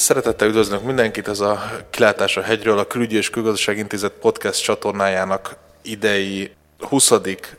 Szeretettel üdvözlök mindenkit, ez a Kilátás a hegyről, a Külügyi és Külgazdasági Intézet podcast csatornájának idei 20.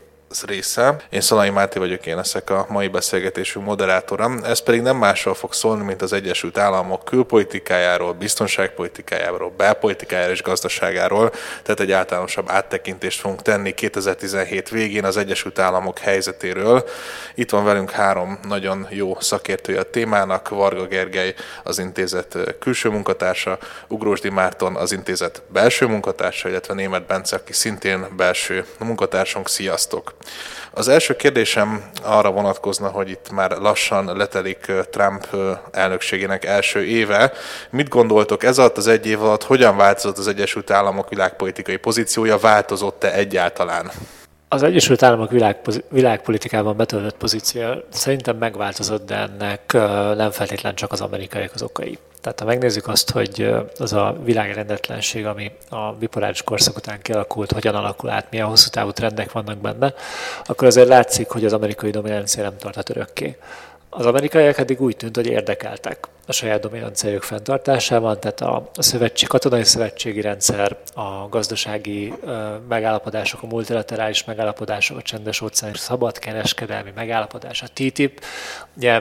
része. Én Szalai Máté vagyok, én leszek a mai beszélgetésünk moderátora. Ez pedig nem másról fog szólni, mint az Egyesült Államok külpolitikájáról, biztonságpolitikájáról, belpolitikájáról és gazdaságáról. Tehát egy általánosabb áttekintést fogunk tenni 2017 végén az Egyesült Államok helyzetéről. Itt van velünk 3 nagyon jó szakértője a témának, Varga Gergely, az intézet külső munkatársa, Ugrósdi Márton, az intézet belső munkatársa, illetve Németh Bence, aki szintén belső munkatársunk. Sziasztok! Az első kérdésem arra vonatkozna, hogy itt már lassan letelik Trump elnökségének első éve. Mit gondoltok ez alatt az egy év alatt, hogyan változott az Egyesült Államok világpolitikai pozíciója, változott-e egyáltalán? Az Egyesült Államok világpolitikában betöltött pozíció szerintem megváltozott, de ennek nem feltétlenül csak az amerikaiak az okai. Tehát ha megnézzük azt, hogy az a világrendetlenség, ami a bipoláris korszak után kialakult, hogyan alakul át, milyen hosszú távú trendek vannak benne, akkor azért látszik, hogy az amerikai dominancia nem tarthat örökké. Az amerikaiak eddig úgy tűnt, hogy érdekeltek a saját dominanciájuk fenntartásában, tehát a katonai szövetségi rendszer, a gazdasági megállapodások, a multilaterális megállapodások, a csendes-óceáni szabadkereskedelmi megállapodás, a TTIP, ugye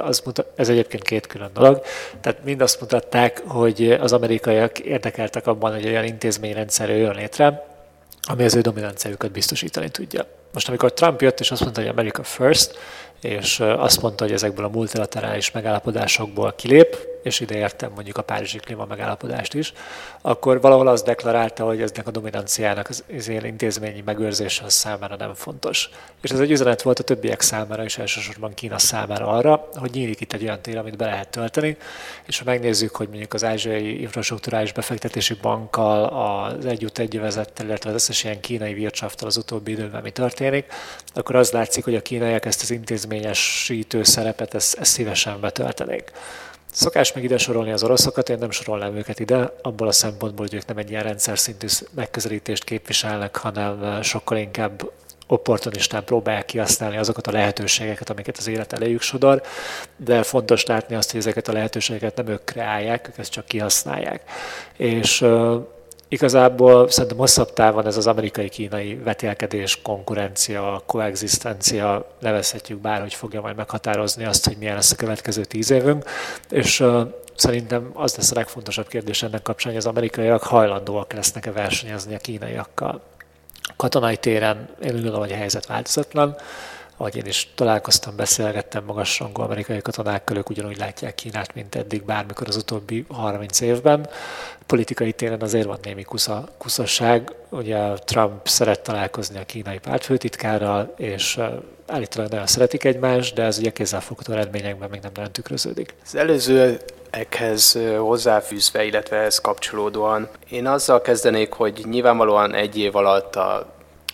ez egyébként 2 külön dolog, tehát mind azt mutatták, hogy az amerikaiak érdekeltek abban, hogy olyan intézményrendszer jön létre, ami az ő dominanciájukat biztosítani tudja. Most amikor Trump jött és azt mondta, hogy America First, és azt mondta, hogy ezekből a multilaterális megállapodásokból kilép, és ide értem mondjuk a párizsi klíma megállapodást is, akkor valahol azt deklarálta, hogy eznek a dominanciának az intézményi megőrzése számára nem fontos. És ez egy üzenet volt a többiek számára, és elsősorban Kína számára arra, hogy nyílik itt egy olyan tér, amit be lehet tölteni, és ha megnézzük, hogy mondjuk az Ázsiai Infrastrukturális Befektetési Bankkal, az Együtt-Egyövezettel, illetve az összes ilyen kínai vircsafttal az utóbbi időben mi történik, akkor az látszik, hogy a kínaiak ezt az intézményesítő szerepet ezt szívesen betöltenék. Szokás meg ide sorolni az oroszokat, én nem sorolnám őket ide, abból a szempontból, hogy ők nem egy ilyen rendszer szintű megközelítést képviselnek, hanem sokkal inkább opportunistán próbálják kihasználni azokat a lehetőségeket, amiket az élet eléjük sodor, de fontos látni azt, hogy ezeket a lehetőségeket nem ők kreálják, ők ezt csak kihasználják. És igazából szerintem hosszabb távon ez az amerikai-kínai vetélkedés, konkurencia, koexisztencia, nevezhetjük bárhogy fogja majd meghatározni azt, hogy milyen lesz a következő 10 évünk, és szerintem az lesz a legfontosabb kérdés ennek kapcsán, hogy az amerikaiak hajlandóak lesznek-e versenyezni a kínaiakkal. Katonai téren én úgy gondolom, hogy a helyzet változatlan, ahogy én is találkoztam, beszélgettem magasrangú amerikai katonákkal, ők ugyanúgy látják Kínát, mint eddig bármikor az utóbbi 30 évben. Politikai téren azért van némi kuszosság. Ugye Trump szeret találkozni a kínai pártfőtitkárral, és állítólag nagyon szeretik egymást, de ez ugye kézzelfogható eredményekben még nem nagyon tükröződik. Az előzőekhez hozzáfűzve, illetve ehhez kapcsolódóan, én azzal kezdenék, hogy nyilvánvalóan egy év alatt a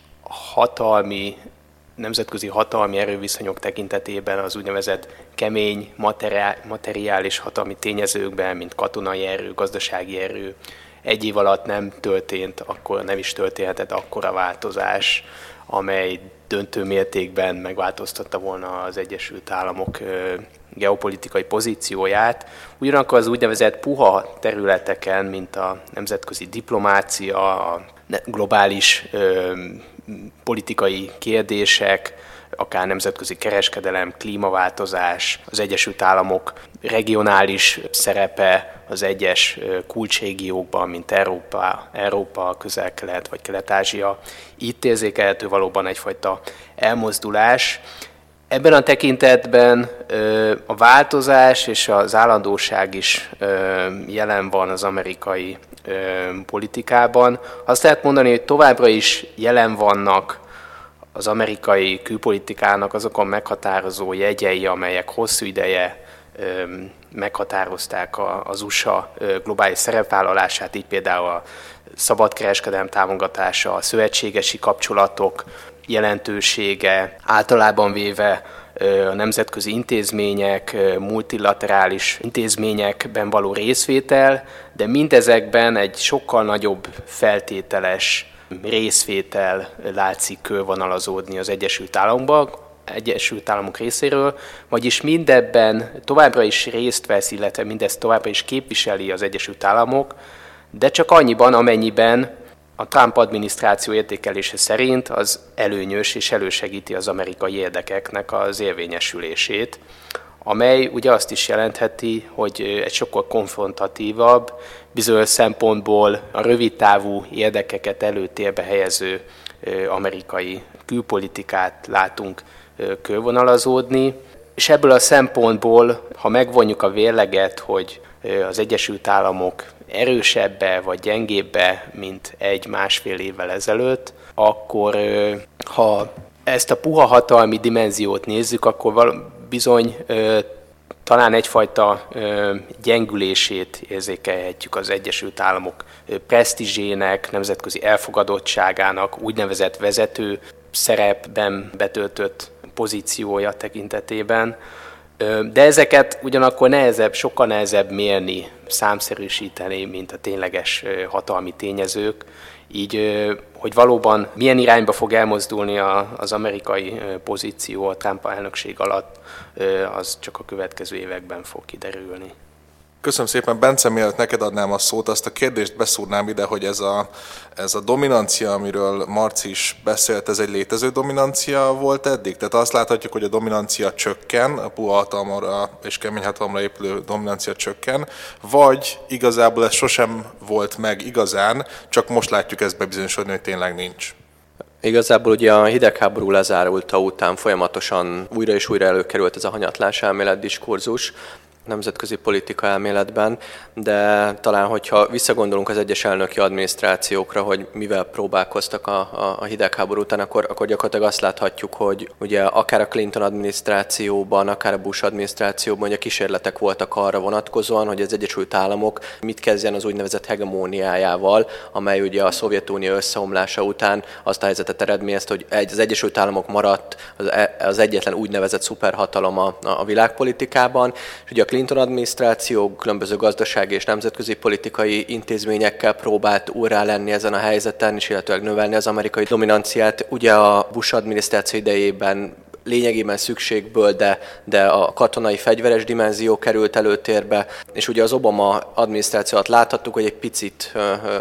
nemzetközi hatalmi erőviszonyok tekintetében az úgynevezett kemény, materiális hatalmi tényezőkben, mint katonai erő, gazdasági erő, egy év alatt nem történt, akkor nem is történhetett akkora változás, amely döntő mértékben megváltoztatta volna az Egyesült Államok geopolitikai pozícióját. Ugyanakkor az úgynevezett puha területeken, mint a nemzetközi diplomácia, a globális politikai kérdések, akár nemzetközi kereskedelem, klímaváltozás, az Egyesült Államok regionális szerepe az egyes kulcsrégiókban, mint Európa, Közel-Kelet vagy Kelet-Ázsia. Itt érzékelhető valóban egyfajta elmozdulás. Ebben a tekintetben a változás és az állandóság is jelen van az amerikai politikában. Azt lehet mondani, hogy továbbra is jelen vannak az amerikai külpolitikának azokon meghatározó jegyei, amelyek hosszú ideje meghatározták az USA globális szerepvállalását, így például a szabadkereskedelem támogatása, a szövetségesi kapcsolatok jelentősége, általában véve a nemzetközi intézmények, multilaterális intézményekben való részvétel, de mindezekben egy sokkal nagyobb feltételes részvétel látszik körvonalazódni az Egyesült Államokban. Egyesült Államok részéről, vagyis mindebben továbbra is részt vesz, illetve mindezt továbbra is képviseli az Egyesült Államok, de csak annyiban, amennyiben a Trump adminisztráció értékelése szerint az előnyös és elősegíti az amerikai érdekeknek az érvényesülését, amely ugye azt is jelentheti, hogy egy sokkal konfrontatívabb, bizonyos szempontból a rövidtávú érdekeket előtérbe helyező amerikai külpolitikát látunk körvonalazódni, és ebből a szempontból, ha megvonjuk a vérleget, hogy az Egyesült Államok erősebbe vagy gyengébbe, mint egy-másfél évvel ezelőtt, akkor ha ezt a puha hatalmi dimenziót nézzük, akkor bizony talán egyfajta gyengülését érzékelhetjük az Egyesült Államok presztízsének, nemzetközi elfogadottságának, úgynevezett vezető szerepben betöltött pozíciója tekintetében. De ezeket ugyanakkor sokkal nehezebb mérni, számszerűsíteni, mint a tényleges hatalmi tényezők. Így, hogy valóban milyen irányba fog elmozdulni az amerikai pozíció a Trump elnökség alatt, az csak a következő években fog kiderülni. Köszönöm szépen, Bence, mielőtt neked adnám a szót, azt a kérdést beszúrnám ide, hogy ez a dominancia, amiről Marci is beszélt, ez egy létező dominancia volt eddig? Tehát azt láthatjuk, hogy a dominancia csökken, a puha hatalomra és kemény hatalomra épülő dominancia csökken, vagy igazából ez sosem volt meg igazán, csak most látjuk ezt bebizonyosodni, hogy tényleg nincs. Igazából ugye a hidegháború lezárulta után folyamatosan újra és újra előkerült ez a hanyatlás elmélet diskurzus nemzetközi politika elméletben, de talán, hogyha visszagondolunk az egyes elnöki adminisztrációkra, hogy mivel próbálkoztak a hidegháború után, akkor gyakorlatilag azt láthatjuk, hogy ugye akár a Clinton adminisztrációban, akár a Bush adminisztrációban ugye kísérletek voltak arra vonatkozóan, hogy az Egyesült Államok mit kezdjen az úgynevezett hegemóniájával, amely ugye a Szovjetunió összeomlása után azt a helyzetet eredményezte, hogy az Egyesült Államok maradt az egyetlen úgynevezett szuperhatalom a világpolitikában, és ugye a Clinton adminisztráció különböző gazdasági és nemzetközi politikai intézményekkel próbált úrrá lenni ezen a helyzeten, és illetőleg növelni az amerikai dominanciát. Ugye a Bush adminisztráció idejében lényegében szükségből, de a katonai fegyveres dimenzió került előtérbe, és ugye az Obama adminisztráció alatt láthattuk, hogy egy picit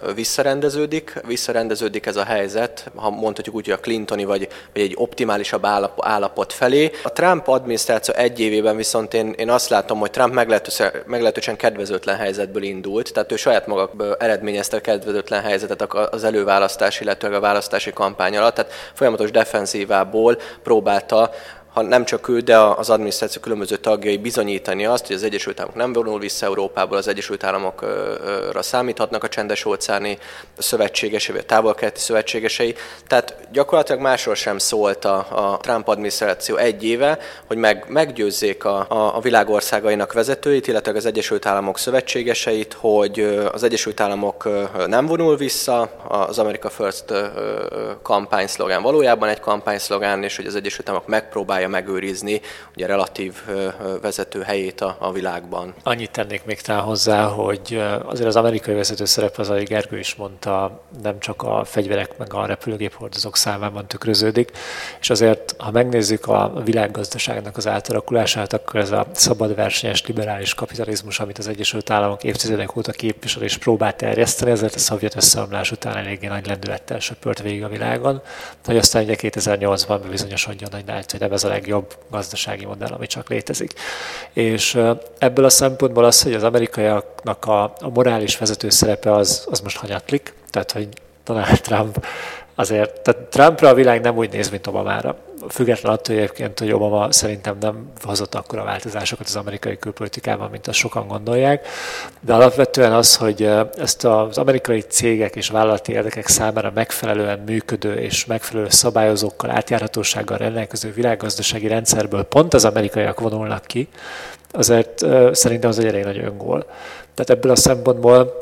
visszarendeződik ez a helyzet, ha mondhatjuk úgy, hogy a Clintoni vagy egy optimálisabb állapot felé. A Trump adminisztráció egy évében viszont én azt látom, hogy Trump meglehetősen kedvezőtlen helyzetből indult, tehát ő saját maga eredményezte a kedvezőtlen helyzetet az előválasztás, illetve a választási kampány alatt, tehát folyamatos defenzívából próbálta, ha nem csak ő, de az adminisztráció különböző tagjai bizonyítani azt, hogy az Egyesült Államok nem vonul vissza Európából, az Egyesült Államokra számíthatnak a csendes-óceáni szövetségesei, vagy a távol-keleti szövetségesei. Tehát gyakorlatilag másról sem szólt a Trump adminisztráció egy éve, hogy meggyőzzék a világ országainak vezetőit, illetve az Egyesült Államok szövetségeseit, hogy az Egyesült Államok nem vonul vissza, az America First kampányszlogán valójában egy kampányszlogán, és hogy az Egyesült Államok megpróbálja megőrizni ugye relatív vezető helyét a világban. Annyit tennék még talán hozzá, hogy azért az amerikai vezető szerep, az, ahogy Gergő is mondta, nem csak a fegyverek meg a repülőgéphordozók számában tükröződik, és azért, ha megnézzük a világgazdaságnak az átalakulását, akkor ez a szabad versenyes liberális kapitalizmus, amit az Egyesült Államok évtizedek óta képvisel és próbál terjeszteni, ezért a szovjet összeomlás után eléggé nagy lendülettel söpört végig a világon, hogy aztán ugye 2008-ban bebizonyosodjon, hogy nem ez a legjobb gazdasági modell, ami csak létezik. És ebből a szempontból az, hogy az amerikaiaknak a morális vezető szerepe az most hanyatlik, tehát hogy Donald Trump azért, tehát Trumpra a világ nem úgy néz, mint Obamára. Független attól egyébként, hogy Obama szerintem nem hozott akkora változásokat az amerikai külpolitikában, mint azt sokan gondolják, de alapvetően az, hogy ezt az amerikai cégek és vállalati érdekek számára megfelelően működő és megfelelő szabályozókkal, átjárhatósággal rendelkező világgazdasági rendszerből pont az amerikaiak vonulnak ki, azért szerintem az egy elég nagy öngól. Tehát ebből a szempontból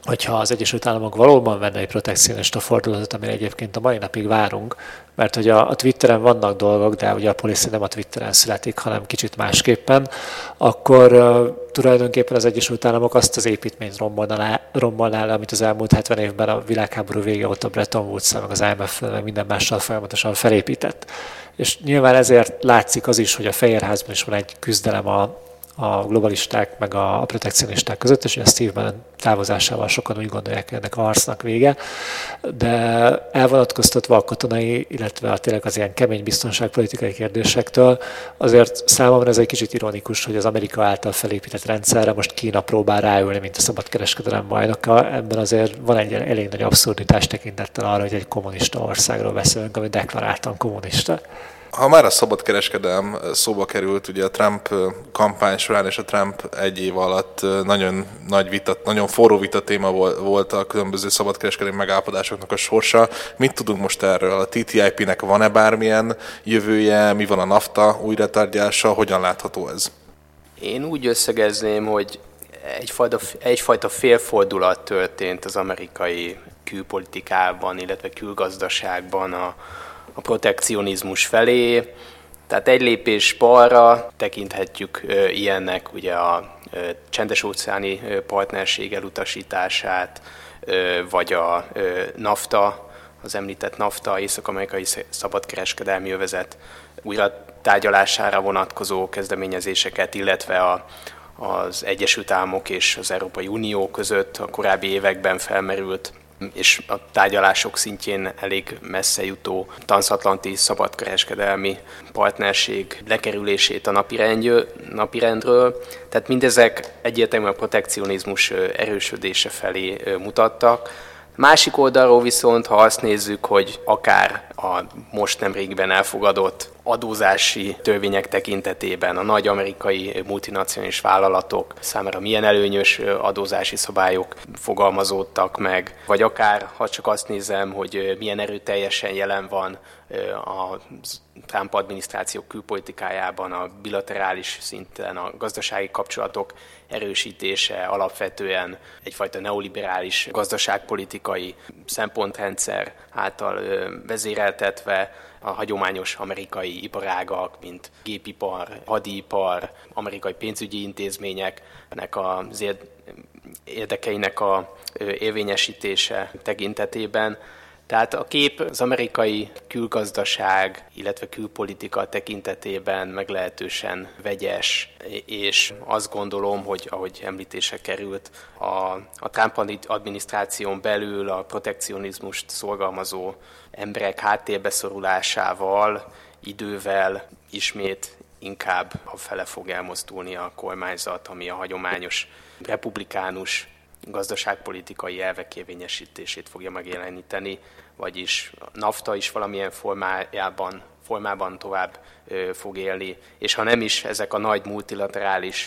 hogyha az Egyesült Államok valóban venne egy protekcionista fordulatot, amire egyébként a mai napig várunk, mert hogy a Twitteren vannak dolgok, de ugye a policy nem a Twitteren születik, hanem kicsit másképpen, akkor tulajdonképpen az Egyesült Államok azt az építményt rombolná le, amit az elmúlt 70 évben a világháború vége óta Bretton Woods-szal, meg az IMF-fel, meg minden mással folyamatosan felépített. És nyilván ezért látszik az is, hogy a Fehérházban is van egy küzdelem a globalisták meg a protekcionisták között, és a Steve Bannon távozásával sokan úgy gondolják, hogy ennek a harcnak vége, de elvonatkoztatva a katonai, illetve tényleg az ilyen kemény biztonságpolitikai kérdésektől, azért számomra ez egy kicsit ironikus, hogy az Amerika által felépített rendszerre most Kína próbál ráülni, mint a szabadkereskedelem bajnoka. Ebben azért van egy elég nagy abszurditás tekintettel arra, hogy egy kommunista országról beszélünk, ami deklaráltan kommunista. Ha már a szabadkereskedelem szóba került, ugye a Trump kampány során és a Trump egy év alatt nagyon nagy vita, nagyon forró vita téma volt a különböző szabadkereskedelmi megállapodásoknak a sorsa. Mit tudunk most erről? A TTIP-nek van-e bármilyen jövője? Mi van a NAFTA újratárgyása? Hogyan látható ez? Én úgy összegezném, hogy egyfajta félfordulat történt az amerikai külpolitikában, illetve külgazdaságban a protekcionizmus felé. Tehát egy lépés balra tekinthetjük ilyennek ugye a csendes-óceáni partnerség elutasítását, vagy a NAFTA, az említett NAFTA, észak-amerikai szabadkereskedelmi övezet újra tárgyalására vonatkozó kezdeményezéseket, illetve az Egyesült Államok és az Európai Unió között a korábbi években felmerült és a tárgyalások szintjén elég messze jutó transzatlanti szabadkereskedelmi partnerség lekerülését a napirendről. Tehát mindezek egyértelműen a protekcionizmus erősödése felé mutattak. Másik oldalról viszont, ha azt nézzük, hogy akár a most nemrégiben elfogadott adózási törvények tekintetében a nagy amerikai multinacionális vállalatok számára milyen előnyös adózási szabályok fogalmazódtak meg, vagy akár, ha csak azt nézem, hogy milyen erőteljesen jelen van a Trump adminisztráció külpolitikájában a bilaterális szinten a gazdasági kapcsolatok erősítése alapvetően egyfajta neoliberális gazdaságpolitikai szempontrendszer által vezéreltetve, a hagyományos amerikai iparágak, mint gépipar, hadipar, amerikai pénzügyi intézményeknek az érdekeinek a érvényesítése tekintetében. Tehát a kép az amerikai külgazdaság, illetve külpolitika tekintetében meglehetősen vegyes, és azt gondolom, hogy ahogy említése került, a Trump adminisztráción belül a protekcionizmust szorgalmazó emberek háttérbe szorulásával, idővel ismét inkább afele fog elmozdulni a kormányzat, ami a hagyományos republikánus gazdaságpolitikai elvek érvényesítését fogja megjeleníteni, vagyis NAFTA is valamilyen formában tovább fog élni, és ha nem is ezek a nagy multilaterális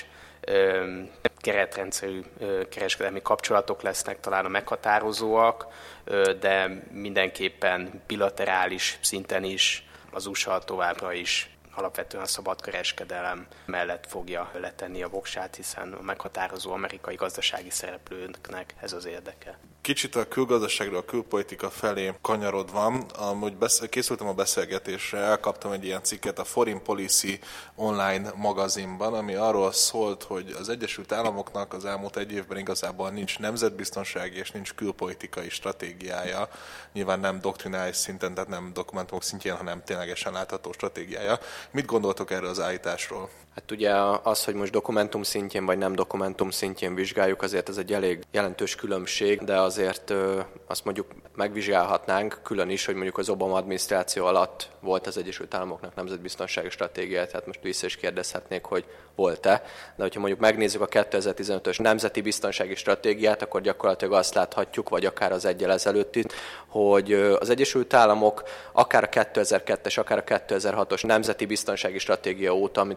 keretrendszerű kereskedelmi kapcsolatok lesznek talán a meghatározóak, de mindenképpen bilaterális szinten is az USA továbbra is alapvetően a szabadkereskedelem mellett fogja letenni a voksát, hiszen a meghatározó amerikai gazdasági szereplőknek ez az érdeke. Kicsit a külgazdaságról, a külpolitika felé kanyarodva, amúgy készültem a beszélgetésre, elkaptam egy ilyen cikket a Foreign Policy online magazinban, ami arról szólt, hogy az Egyesült Államoknak az elmúlt egy évben igazából nincs nemzetbiztonsági és nincs külpolitikai stratégiája, nyilván nem doktrinális szinten, tehát nem dokumentumok szintjén, hanem ténylegesen látható stratégiája. Mit gondoltok erről az állításról? Hát ugye az, hogy most dokumentum szintjén vagy nem dokumentum szintjén vizsgáljuk, azért ez egy elég jelentős különbség, de azért azt mondjuk megvizsgálhatnánk külön is, hogy mondjuk az Obama adminisztráció alatt volt az Egyesült Államoknak nemzetbiztonsági stratégiája, tehát most vissza is kérdezhetnék, hogy volt-e. De hogyha mondjuk megnézzük a 2015-ös nemzeti biztonsági stratégiát, akkor gyakorlatilag azt láthatjuk, vagy akár az egyel ezelőtt itt, hogy az Egyesült Államok akár a 2002-es, akár a 2006-os nemzeti biztonsági stratégia óta, amit ugye a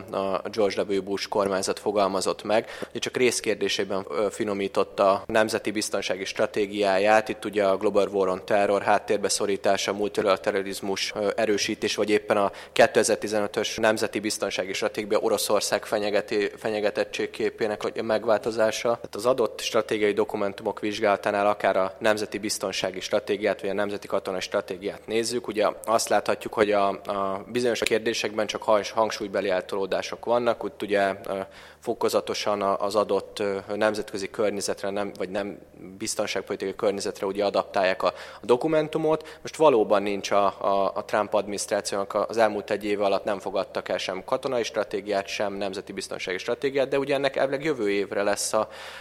a George W. Bush kormányzat fogalmazott meg. Csak részkérdésében finomította a nemzeti biztonsági stratégiáját. Itt ugye a Global War on Terror háttérbe szorítása, multilateralizmus erősítés, vagy éppen a 2015-ös nemzeti biztonsági stratégia Oroszország fenyegetettségképének a megváltozása. Tehát az adott stratégiai dokumentumok vizsgálatánál akár a nemzeti biztonsági stratégiát, vagy a nemzeti katonai stratégiát nézzük, ugye azt láthatjuk, hogy a bizonyos kérdésekben csak hangsúlybeli eltolódások vannak, úgy ugye fokozatosan az adott nemzetközi környezetre, vagy nem biztonságpolitikai környezetre ugye adaptálják a dokumentumot. Most valóban nincs a Trump adminisztrációnak az elmúlt egy év alatt nem fogadtak el sem katonai stratégiát, sem nemzeti biztonsági stratégiát, de ugye ennek elvileg jövő évre lesz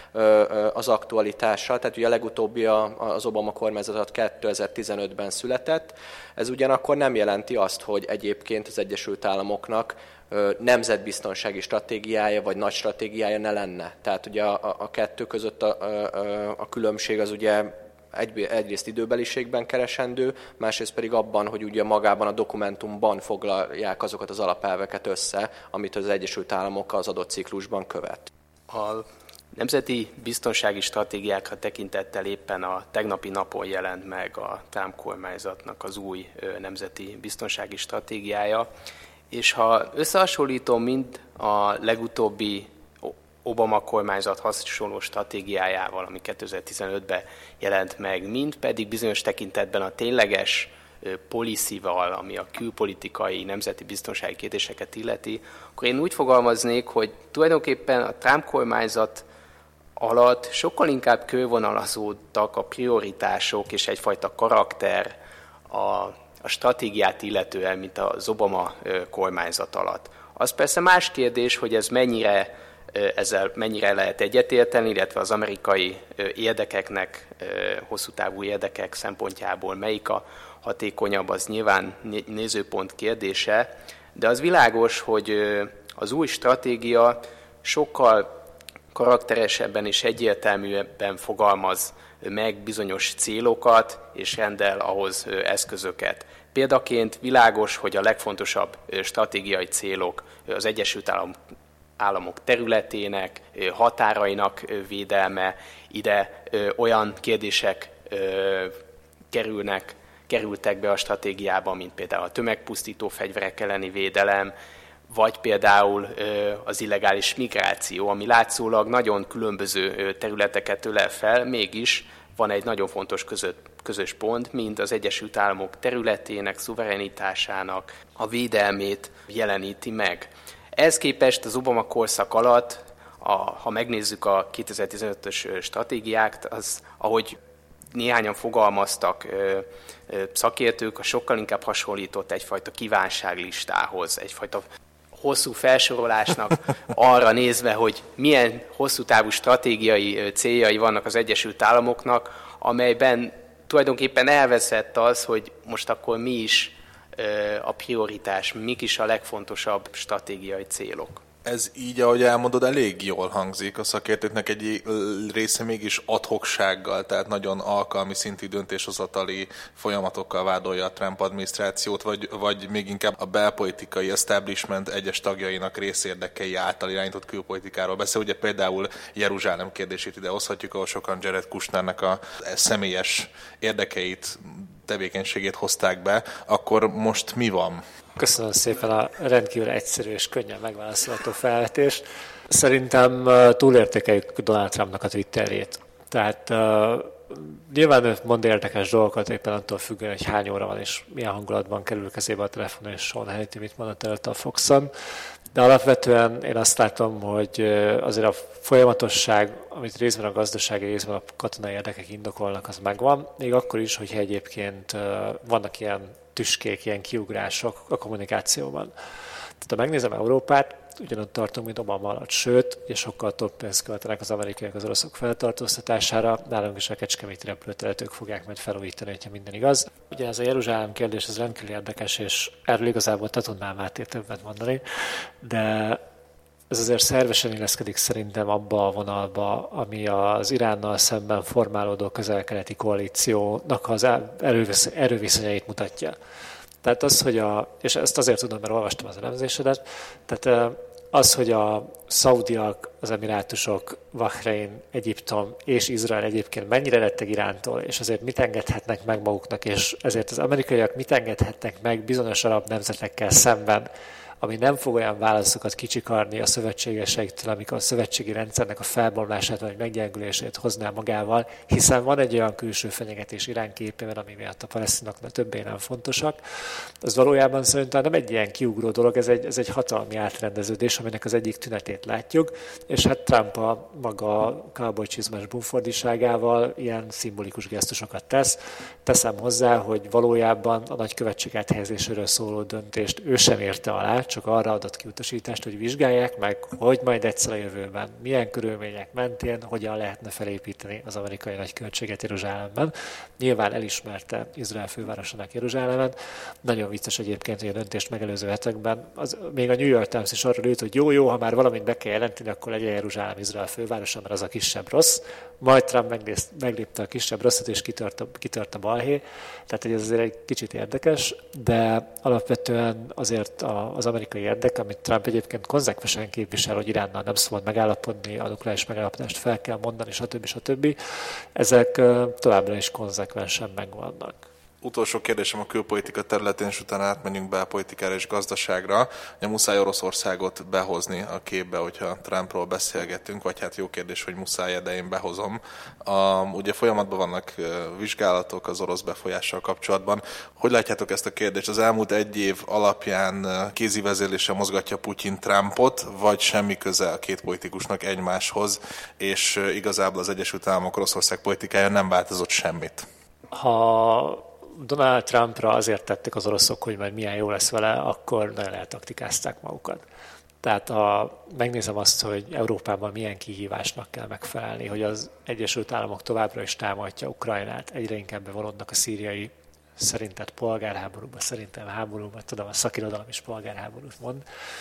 az aktualitása. Tehát ugye a legutóbbi az Obama kormányzat 2015-ben született. Ez ugyanakkor nem jelenti azt, hogy egyébként az Egyesült Államoknak nemzetbiztonsági stratégiája vagy nagy stratégiája ne lenne. Tehát ugye a kettő között a különbség az ugye egyrészt időbeliségben keresendő, másrészt pedig abban, hogy ugye magában a dokumentumban foglalják azokat az alapelveket össze, amit az Egyesült Államok az adott ciklusban követ. A nemzeti biztonsági stratégiákra tekintettel éppen a tegnapi napon jelent meg a Trump kormányzatnak az új nemzeti biztonsági stratégiája, és ha összehasonlítom mind a legutóbbi Obama kormányzat hasonló stratégiájával, ami 2015-ben jelent meg, mind pedig bizonyos tekintetben a tényleges policyval, ami a külpolitikai, nemzeti biztonsági kérdéseket illeti, akkor én úgy fogalmaznék, hogy tulajdonképpen a Trump kormányzat alatt sokkal inkább körvonalazódtak a prioritások és egyfajta karakter a stratégiát illetően, mint az Obama kormányzat alatt. Az persze más kérdés, hogy ezzel mennyire lehet egyetérteni, illetve az amerikai érdekeknek, hosszú távú érdekek szempontjából melyik a hatékonyabb, az nyilván nézőpont kérdése, de az világos, hogy az új stratégia sokkal karakteresebben és egyértelműbben fogalmaz meg bizonyos célokat, és rendel ahhoz eszközöket. Példaként világos, hogy a legfontosabb stratégiai célok az Egyesült Államok területének, határainak védelme, ide olyan kérdések kerültek be a stratégiába, mint például a tömegpusztító fegyverek elleni védelem, vagy például az illegális migráció, ami látszólag nagyon különböző területeket ölel fel, mégis van egy nagyon fontos közös pont, mint az Egyesült Államok területének, szuverenitásának a védelmét jeleníti meg. Ehhez képest az Obama korszak alatt, ha megnézzük a 2015-ös stratégiát, az, ahogy néhányan fogalmaztak szakértők, a sokkal inkább hasonlított egyfajta kívánságlistához, egyfajta hosszú felsorolásnak arra nézve, hogy milyen hosszú távú stratégiai céljai vannak az Egyesült Államoknak, amelyben tulajdonképpen elveszett az, hogy most akkor mi is a prioritás, mik is a legfontosabb stratégiai célok. Ez így, ahogy elmondod, elég jól hangzik. A szakértőknek egy része mégis adhoksággal, tehát nagyon alkalmi szintű döntéshozatali folyamatokkal vádolja a Trump adminisztrációt, vagy még inkább a belpolitikai establishment egyes tagjainak részérdekei által irányított külpolitikáról beszél. Ugye például Jeruzsálem kérdését ide hozhatjuk, ahol sokan Jared Kushnernek a személyes érdekeit, tevékenységét hozták be. Akkor most mi van? Köszönöm szépen a rendkívül egyszerű és könnyen megválaszolható felvetést. Szerintem túlértékeljük Donald Trumpnak a Twitterjét. Tehát nyilván ő mond érdekes dolgokat, éppen attól függően, hogy hány óra van és milyen hangulatban kerül kezébe a telefon, és soha helyeti, mit mondott előtt a Foxon. De alapvetően én azt látom, hogy azért a folyamatosság, amit részben a gazdasági, részben a katonai érdekek indokolnak, az megvan. Még akkor is, hogyha egyébként vannak ilyen tüskék, ilyen kiugrások a kommunikációban. Tehát ha megnézem Európát, ugyanott tartunk, mint Obama alatt, sőt, és sokkal több pénzt költenek az amerikaiak az oroszok feltartóztatására, nálunk is a kecskeméti repülőteret ők fogják majd felújítani, hogyha minden igaz. Ugye ez a Jeruzsálem kérdés, ez rendkívül érdekes, és erről igazából te tudnál Máté többet mondani, de ez azért szervesen illeszkedik szerintem abba a vonalba, ami az Iránnal szemben formálódó közel-keleti koalíciónak az erőviszonyait mutatja. Tehát az, hogy és ezt azért tudom, mert olvastam az elemzésedet, tehát az, hogy a szaudiak, az emirátusok, Bahrein, Egyiptom és Izrael egyébként mennyire rettek Irántól, és azért mit engedhetnek meg maguknak, és ezért az amerikaiak mit engedhetnek meg bizonyos arab nemzetekkel szemben, ami nem fog olyan válaszokat kicsikarni a szövetségeseiktől, amikor a szövetségi rendszernek a felbomlását vagy meggyengülését hozná magával, hiszen van egy olyan külső fenyegetés Irán képében, ami miatt a palesztinoknak többé nem fontosak. Az valójában szerintem nem egy ilyen kiugró dolog, ez egy hatalmi átrendeződés, aminek az egyik tünetét látjuk, és hát Trump a maga cowboy-csizmás bumfordiságával ilyen szimbolikus gesztusokat tesz. Teszem hozzá, hogy valójában a nagykövetség áthelyezéséről szóló döntést ő sem érte alá, csak arra adott ki utasítást, hogy vizsgálják meg, hogy majd egyszer a jövőben, milyen körülmények mentén, hogyan lehetne felépíteni az amerikai nagykövetséget Jeruzsálemben. Nyilván elismerte Izrael fővárosának Jeruzsálemet. Nagyon vicces egyébként, hogy a döntést megelőző hetekben még a New York Times is arról írt, hogy jó, ha már valamit be kell jelenteni, akkor legyen Jeruzsálem Izrael fővárosa, mert az a kisebb rossz. Majd Trump meglépte a kisebb rosszat, és kitört a balhé. Tehát ez azért egy kicsit érdekes, de alapvetően azért az amerikai érdek, amit Trump egyébként konzekvensen képvisel, hogy Iránnal nem szabad megállapodni, a nukleáris megállapodást fel kell mondani, stb. Ezek továbbra is konzekvensen megvannak. Utolsó kérdésem a külpolitika területén, és utána átmenjünk belpolitikára és gazdaságra. Ugye muszáj Oroszországot behozni a képbe, hogyha Trumpról beszélgetünk, vagy hát jó kérdés, hogy muszáj, de én behozom. Ugye folyamatban vannak vizsgálatok az orosz befolyással kapcsolatban. Hogy látjátok ezt a kérdést? Az elmúlt egy év alapján kézi vezérléssel mozgatja Putyin Trumpot, vagy semmi köze a két politikusnak egymáshoz, és igazából az Egyesült Államok Oroszország politikája nem változott semmit? Ha Donald Trumpra azért tették az oroszok, hogy majd milyen jó lesz vele, akkor nagyon eltaktikázták magukat. Tehát ha megnézem azt, hogy Európában milyen kihívásnak kell megfelelni, hogy az Egyesült Államok továbbra is támogatja Ukrajnát, egyre inkább bevonódnak a szíriai szerinted polgárháborúba, szerintem háborúba, tudom, a szakirodalom is polgárháborút mond.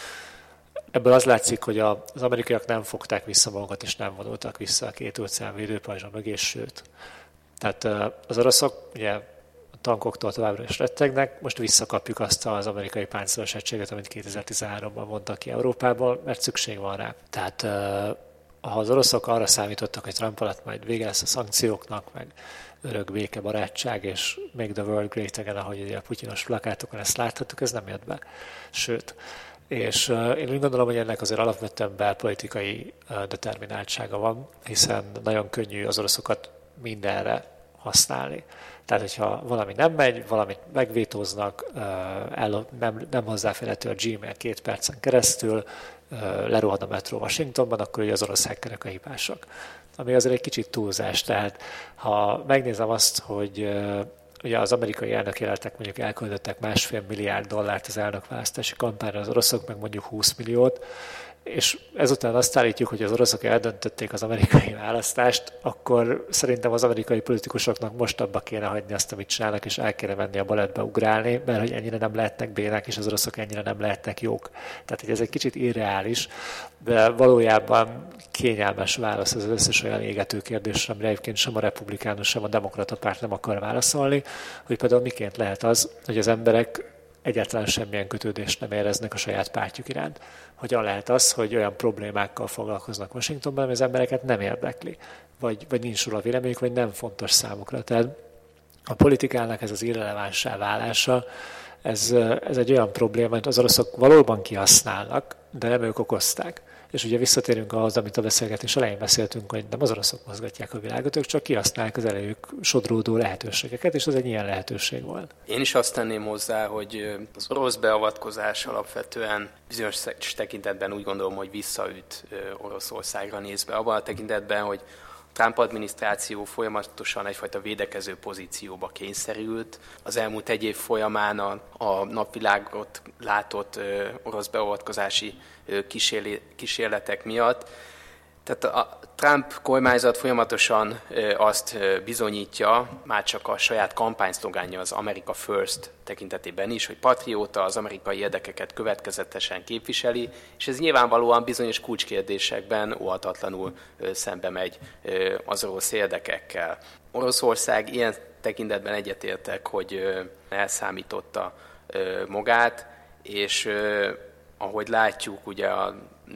Ebből az látszik, hogy az amerikaiak nem fogták vissza magukat, és nem vonultak vissza a két óceán védőpajzsa mögé, sőt. Tehát az oroszok ugye tankoktól továbbra is rettegnek, most visszakapjuk azt az amerikai páncélos egységet, amit 2013-ban vontak ki Európából, mert szükség van rá. Tehát ha az oroszok arra számítottak, hogy Trump alatt majd vége lesz a szankcióknak, meg örök béke, barátság, és make the world great again, ahogy ugye a putyinos plakátokon ezt láthattuk, ez nem jött be. Sőt, és én úgy gondolom, hogy ennek azért alapvetően belpolitikai determináltsága van, hiszen nagyon könnyű az oroszokat mindenre használni. Tehát, hogyha valami nem megy, valamit megvétóznak, nem hozzáférhető a Gmail 2 percen keresztül, lerohad a metró Washingtonban, akkor ugye az orosz hackerek a hibásak. Ami azért egy kicsit túlzás. Tehát, ha megnézem azt, hogy ugye az amerikai elnökjelöltek mondjuk elköltöttek $1,5 milliárd az elnökválasztási kampányra, az oroszok meg mondjuk 20 milliót, és ezután azt állítjuk, hogy az oroszok eldöntötték az amerikai választást, akkor szerintem az amerikai politikusoknak most abba kéne hagyni azt, amit csinálnak, és el kéne menni a balettbe ugrálni, mert hogy ennyire nem lehetnek bénák, és az oroszok ennyire nem lehetnek jók. Tehát hogy ez egy kicsit irreális, de valójában kényelmes válasz az összes olyan égető kérdésre, amire egyébként sem a republikánus, sem a demokrata párt nem akar válaszolni, hogy például miként lehet az, hogy az emberek egyáltalán semmilyen kötődést nem éreznek a saját pártjuk iránt. Hogyan lehet az, hogy olyan problémákkal foglalkoznak Washingtonban, ami az embereket nem érdekli, vagy nincs róla véleményük, vagy nem fontos számukra. Tehát a politikának ez az irrelevánssá válása, ez egy olyan probléma, amit az oroszok valóban kihasználnak, de nem ők okozták. És ugye visszatérünk ahhoz, amit a beszélgetés elején beszéltünk, hogy nem az oroszok mozgatják a világot, ők csak kihasználják az elejük sodródó lehetőségeket, és ez egy ilyen lehetőség volt. Én is azt tenném hozzá, hogy az orosz beavatkozás alapvetően bizonyos tekintetben úgy gondolom, hogy visszaüt Oroszországra nézve. Abban a tekintetben, hogy Trump adminisztráció folyamatosan egyfajta védekező pozícióba kényszerült. Az elmúlt egy év folyamán a napvilágot látott orosz beavatkozási kísérletek miatt. Tehát a Trump kormányzat folyamatosan azt bizonyítja, már csak a saját kampányszlogánja az America First tekintetében is, hogy patrióta, az amerikai érdekeket következetesen képviseli, és ez nyilvánvalóan bizonyos kulcskérdésekben óhatatlanul szembe megy az orosz érdekekkel. Oroszország ilyen tekintetben egyetértek, hogy elszámította magát, és ahogy látjuk, ugye a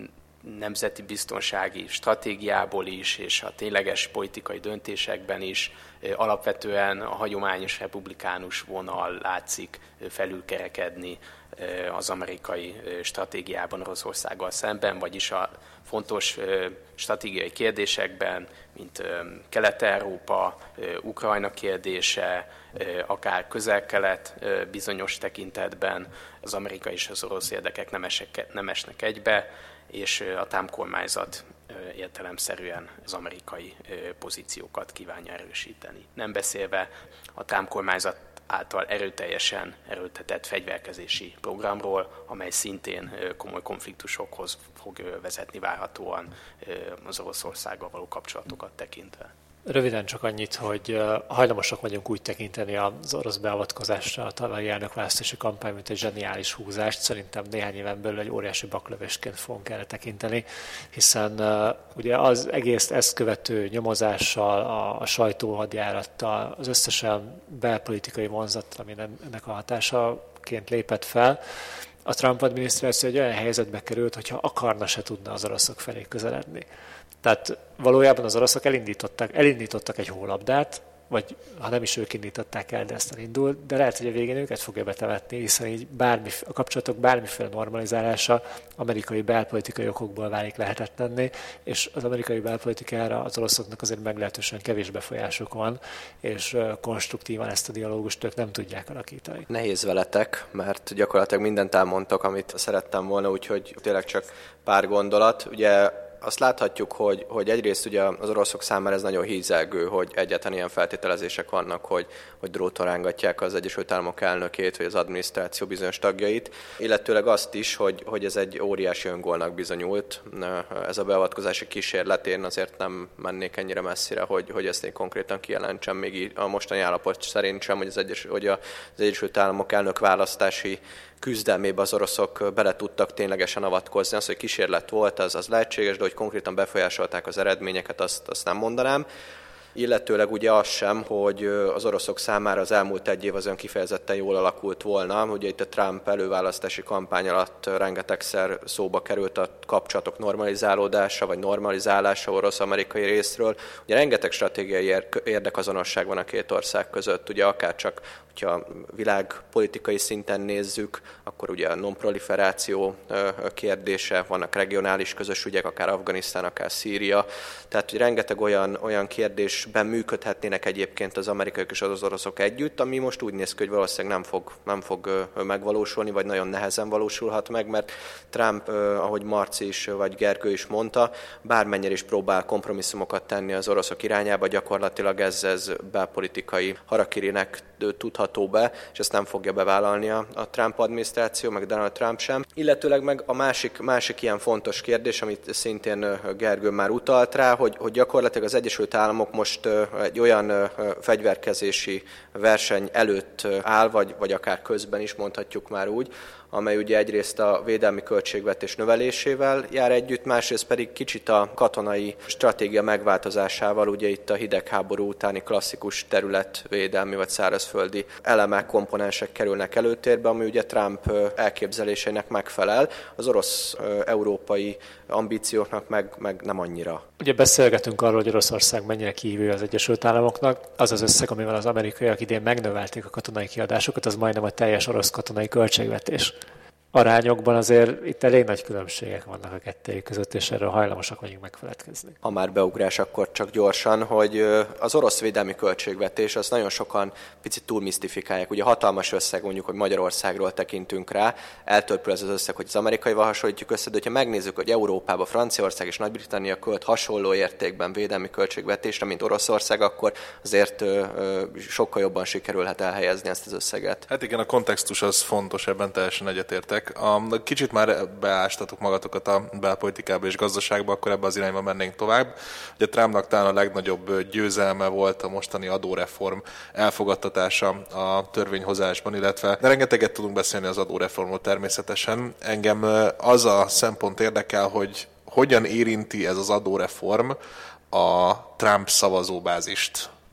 nemzeti biztonsági stratégiából is, és a tényleges politikai döntésekben is alapvetően a hagyományos republikánus vonal látszik felülkerekedni az amerikai stratégiában Oroszországgal szemben, vagyis a fontos stratégiai kérdésekben, mint Kelet-Európa, Ukrajna kérdése, akár Közel-Kelet bizonyos tekintetben az amerikai és az orosz érdekek nem esnek egybe, és a Trump kormányzat értelemszerűen az amerikai pozíciókat kívánja erősíteni. Nem beszélve a Trump kormányzat által erőteljesen erőltetett fegyverkezési programról, amely szintén komoly konfliktusokhoz fog vezetni várhatóan az Oroszországgal való kapcsolatokat tekintve. Röviden csak annyit, hogy hajlamosak vagyunk úgy tekinteni az orosz beavatkozásra a tavalyi elnökválasztási kampány, mint egy zseniális húzást. Szerintem néhány éven belül egy óriási baklövésként fogunk erre tekinteni, hiszen ugye az egész ezt követő nyomozással, a sajtóhadjárattal, az összesen belpolitikai vonzattal, ami ennek a hatásaként lépett fel, a Trump adminisztráció egy olyan helyzetbe került, hogyha akarna, se tudna az oroszok felé közeledni. Tehát valójában az oroszok elindítottak egy hólabdát, vagy ha nem is ők indították el, de ezt elindult, de lehet, hogy a végén őket fogja betemetni, hiszen így a kapcsolatok bármiféle normalizálása amerikai belpolitikai okokból válik lehetetlenné, és az amerikai belpolitikára az oroszoknak azért meglehetősen kevés befolyásuk van, és konstruktívan ezt a dialógust ők nem tudják alakítani. Nehéz veletek, mert gyakorlatilag mindent elmondtak, amit szerettem volna, úgyhogy tényleg csak pár gondolat. Ugye azt láthatjuk, hogy egyrészt ugye az oroszok számára ez nagyon hízelgő, hogy egyáltalán ilyen feltételezések vannak, hogy dróton rángatják az Egyesült Államok elnökét, vagy az adminisztráció bizonyos tagjait, illetőleg azt is, hogy ez egy óriási öngólnak bizonyult. Ez a beavatkozási kísérlet, én azért nem mennék ennyire messzire, hogy ezt én konkrétan kijelentsem, még a mostani állapot szerint sem, hogy az Egyesült Államok elnök választási küzdelmébe az oroszok bele tudtak ténylegesen avatkozni. Az, hogy kísérlet volt, az lehetséges, de hogy konkrétan befolyásolták az eredményeket, azt nem mondanám. Illetőleg ugye az sem, hogy az oroszok számára az elmúlt egy év az ön kifejezetten jól alakult volna. Ugye itt a Trump előválasztási kampány alatt rengetegszer szóba került a kapcsolatok normalizálódása, vagy normalizálása orosz-amerikai részről. Ugye rengeteg stratégiai érdekazonosság van a két ország között, ugye akárcsak, hogyha világpolitikai szinten nézzük, akkor ugye a non-proliferáció kérdése, vannak regionális közös ügyek, akár Afganisztán, akár Szíria. Tehát, hogy rengeteg olyan kérdésben működhetnének egyébként az amerikaiak és az oroszok együtt, ami most úgy néz ki, hogy valószínűleg nem fog megvalósulni, vagy nagyon nehezen valósulhat meg, mert Trump, ahogy Marci is, vagy Gergő is mondta, bármennyire is próbál kompromisszumokat tenni az oroszok irányába, gyakorlatilag ez belpolitikai harakirinek tudható be, és ezt nem fogja bevállalni a Trump adminisztráció, meg Donald Trump sem. Illetőleg meg a másik ilyen fontos kérdés, amit szintén Gergő már utalt rá, hogy gyakorlatilag az Egyesült Államok most egy olyan fegyverkezési verseny előtt áll, vagy akár közben is mondhatjuk már úgy, amely ugye egyrészt a védelmi költségvetés növelésével jár együtt, másrészt pedig kicsit a katonai stratégia megváltozásával, ugye itt a hidegháború utáni klasszikus területvédelmi vagy szárazföldi elemek, komponensek kerülnek előtérbe, ami ugye Trump elképzeléseinek megfelel, az orosz-európai ambícióknak meg nem annyira. Ugye beszélgetünk arról, hogy Oroszország mennyire kihívő az Egyesült Államoknak. Az az összeg, amivel az amerikaiak idén megnövelték a katonai kiadásokat, az majdnem a teljes orosz katonai költségvetés. Arányokban azért itt elég nagy különbségek vannak a kettőjük között, és erről hajlamosak vagyunk megfeledkezni. Ha már beugrás, akkor csak gyorsan, hogy az orosz védelmi költségvetés, azt nagyon sokan picit túl misztifikálják. Ugye hatalmas összeg, mondjuk, hogy Magyarországról tekintünk rá, eltörpül ez az összeg, hogy az amerikaival hasonlítjuk össze, de ha megnézzük, hogy Európában Franciaország és Nagy-Britannia költ hasonló értékben védelmi költségvetésre, mint Oroszország, akkor azért sokkal jobban sikerülhet elhelyezni ezt az összeget. Hát igen, a kontextus az fontos, ebben teljesen egyetértek. Kicsit már beástatok magatokat a belpolitikába és gazdaságba, akkor ebbe az irányba mennénk tovább. Ugye Trumpnak talán a legnagyobb győzelme volt a mostani adóreform elfogadtatása a törvényhozásban, illetve rengeteget tudunk beszélni az adóreformról természetesen. Engem az a szempont érdekel, hogy hogyan érinti ez az adóreform a Trump szavazóbázist.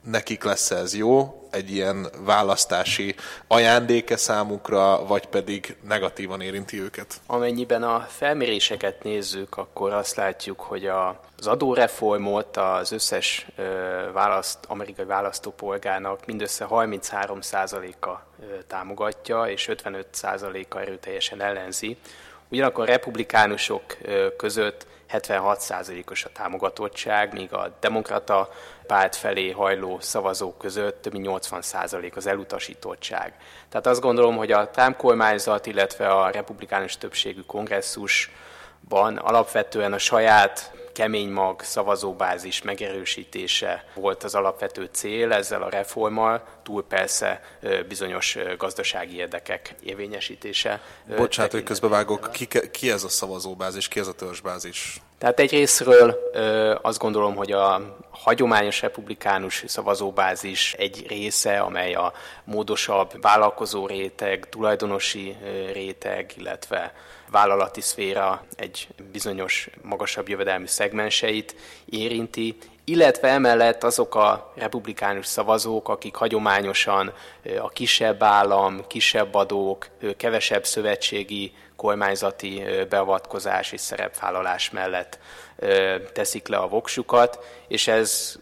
nekik lesz ez jó, egy ilyen választási ajándéke számukra, vagy pedig negatívan érinti őket? Amennyiben a felméréseket nézzük, akkor azt látjuk, hogy az adóreformot az összes amerikai választópolgárnak mindössze 33%-a támogatja, és 55%-a erőteljesen ellenzi. Ugyanakkor a republikánusok között 76%-os a támogatottság, míg a demokrata párt felé hajló szavazók között több mint 80% az elutasítottság. Tehát azt gondolom, hogy a Trump kormányzat, illetve a republikánus többségű kongresszusban alapvetően a saját kemény mag szavazóbázis megerősítése volt az alapvető cél ezzel a reformmal, túl persze bizonyos gazdasági érdekek érvényesítése. Bocsánat, hogy közbevágok, ki ez a szavazóbázis, ki ez a törzsbázis? Tehát egyrészről azt gondolom, hogy a hagyományos republikánus szavazóbázis egy része, amely a módosabb vállalkozó réteg, tulajdonosi réteg, illetve vállalati szféra egy bizonyos magasabb jövedelmű szegmenseit érinti, illetve emellett azok a republikánus szavazók, akik hagyományosan a kisebb állam, kisebb adók, kevesebb szövetségi kormányzati beavatkozás és szerepvállalás mellett teszik le a voksukat, és ez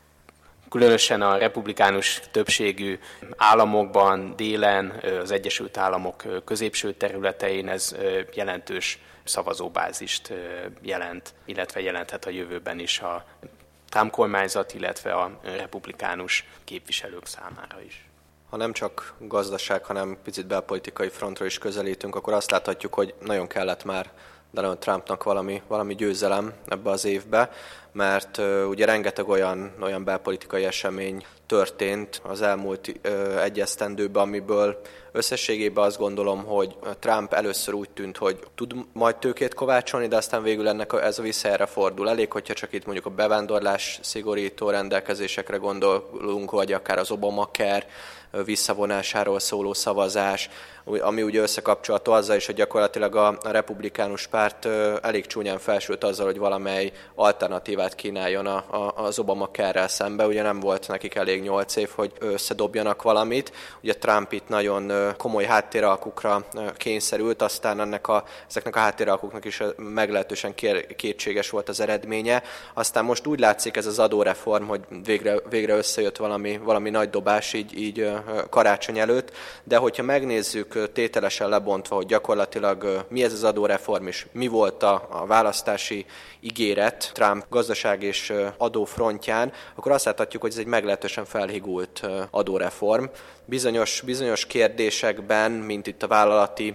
különösen a republikánus többségű államokban, délen, az Egyesült Államok középső területein ez jelentős szavazóbázist jelent, illetve jelenthet a jövőben is a Trump kormányzat, illetve a republikánus képviselők számára is. Ha nem csak gazdaság, hanem picit belpolitikai frontra is közelítünk, akkor azt láthatjuk, hogy nagyon kellett már Donald Trumpnak valami győzelem ebbe az évbe, mert ugye rengeteg olyan belpolitikai esemény történt az elmúlt egy esztendőben, amiből összességében azt gondolom, hogy Trump először úgy tűnt, hogy tud majd tőkét kovácsolni, de aztán végül ez a vissza erre fordul. Elég, hogyha csak itt mondjuk a bevándorlás szigorító rendelkezésekre gondolunk, vagy akár az Obamacare visszavonásáról szóló szavazás, ami ugye összekapcsolható azzal is, hogy gyakorlatilag a republikánus párt elég csúnyán felsült azzal, hogy valamely alternatívát kínáljon az Obamacare-rel szembe. Ugye nem volt nekik elég 8 év, hogy összedobjanak valamit. Ugye Trump itt nagyon komoly háttéralkukra kényszerült, aztán ezeknek a háttéralkuknak is meglehetősen kétséges volt az eredménye. Aztán most úgy látszik ez az adóreform, hogy végre összejött valami nagy dobás így karácsony előtt, de hogyha megnézzük tételesen lebontva, hogy gyakorlatilag mi ez az adóreform és mi volt a választási ígéret Trump gazdaság és adófrontján, akkor azt láthatjuk, hogy ez egy meglehetősen felhigult adóreform. Bizonyos kérdésekben, mint itt a vállalati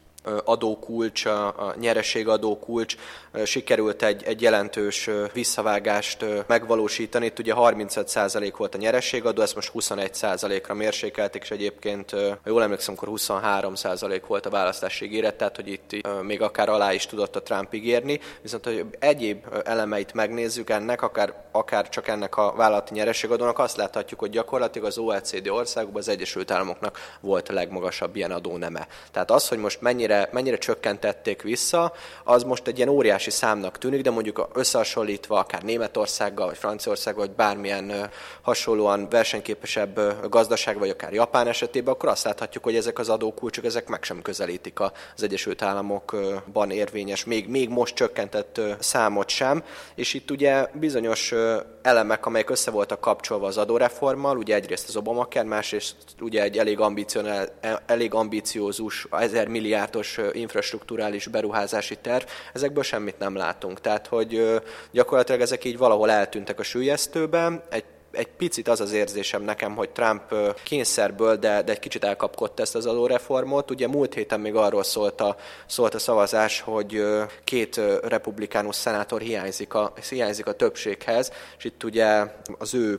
adókulcs, a nyereségadókulcs, sikerült egy jelentős visszavágást megvalósítani. Itt ugye 35% volt a nyereségadó, ezt most 21%-ra mérsékelték, és egyébként, ha jól emlékszem, akkor 23% volt a választási ígéret, tehát hogy itt még akár alá is tudott a Trump ígérni. Viszont, hogy egyéb elemeit megnézzük ennek, akár csak ennek a vállalati nyereségadónak, azt láthatjuk, hogy gyakorlatilag az OECD országokban az Egyesült Államoknak volt a legmagasabb ilyen adóneme. Tehát az, hogy most mennyire csökkentették vissza, az most egy ilyen óriási számnak tűnik, de mondjuk összehasonlítva akár Németországgal, vagy Franciaországgal, vagy bármilyen hasonlóan versenyképesebb gazdaság, vagy akár Japán esetében, akkor azt láthatjuk, hogy ezek az adókulcsok, ezek meg sem közelítik az Egyesült Államokban érvényes, még most csökkentett számot sem, és itt ugye bizonyos elemek, amelyek össze voltak kapcsolva az adóreformmal, ugye egyrészt az Obamacare, másrészt ugye egy elég ambiciózus 1000 milliárdos infrastrukturális beruházási terv, ezekből semmit nem látunk. Tehát, hogy gyakorlatilag ezek így valahol eltűntek a süllyesztőben. Egy picit az az érzésem nekem, hogy Trump kényszerből, de egy kicsit elkapkodta ezt az adóreformot. Ugye múlt héten még arról szólt a szavazás, hogy 2 republikánus szenátor hiányzik a többséghez, és itt ugye az ő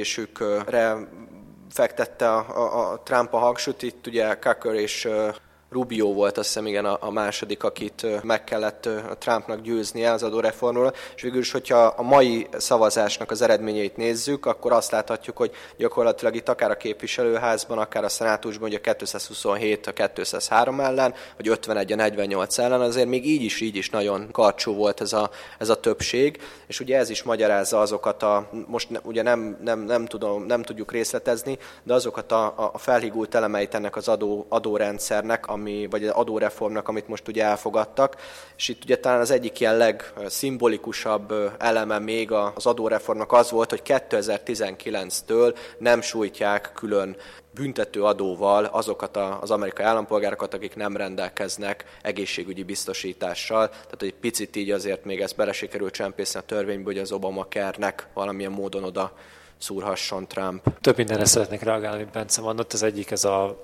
meggyőzésükre fektette a Trump a hangsúlyt. Itt ugye Coker és Rubio volt, azt hiszem, igen, a második, akit meg kellett Trumpnak győznie az adóreformról, és végül is, hogyha a mai szavazásnak az eredményeit nézzük, akkor azt láthatjuk, hogy gyakorlatilag itt akár a képviselőházban, akár a szenátusban, ugye 227 a 203 ellen, vagy 51 a 48 ellen, azért még így is nagyon karcsú volt ez a többség, és ugye ez is magyarázza azokat most ugye nem tudjuk részletezni, de azokat a felhígult elemeit ennek az adórendszernek, vagy az adóreformnak, amit most ugye elfogadtak, és itt ugye talán az egyik ilyen legszimbolikusabb eleme még az adóreformnak az volt, hogy 2019-től nem sújtják külön büntető adóval azokat az amerikai állampolgárokat, akik nem rendelkeznek egészségügyi biztosítással. Tehát egy picit így azért még ezt bele sikerült csempészni a törvénybe, hogy az Obamacare-nek valamilyen módon oda szúrhasson Trump. Több mindenre szeretnék reagálni, amit Bence mondott. Az egyik ez a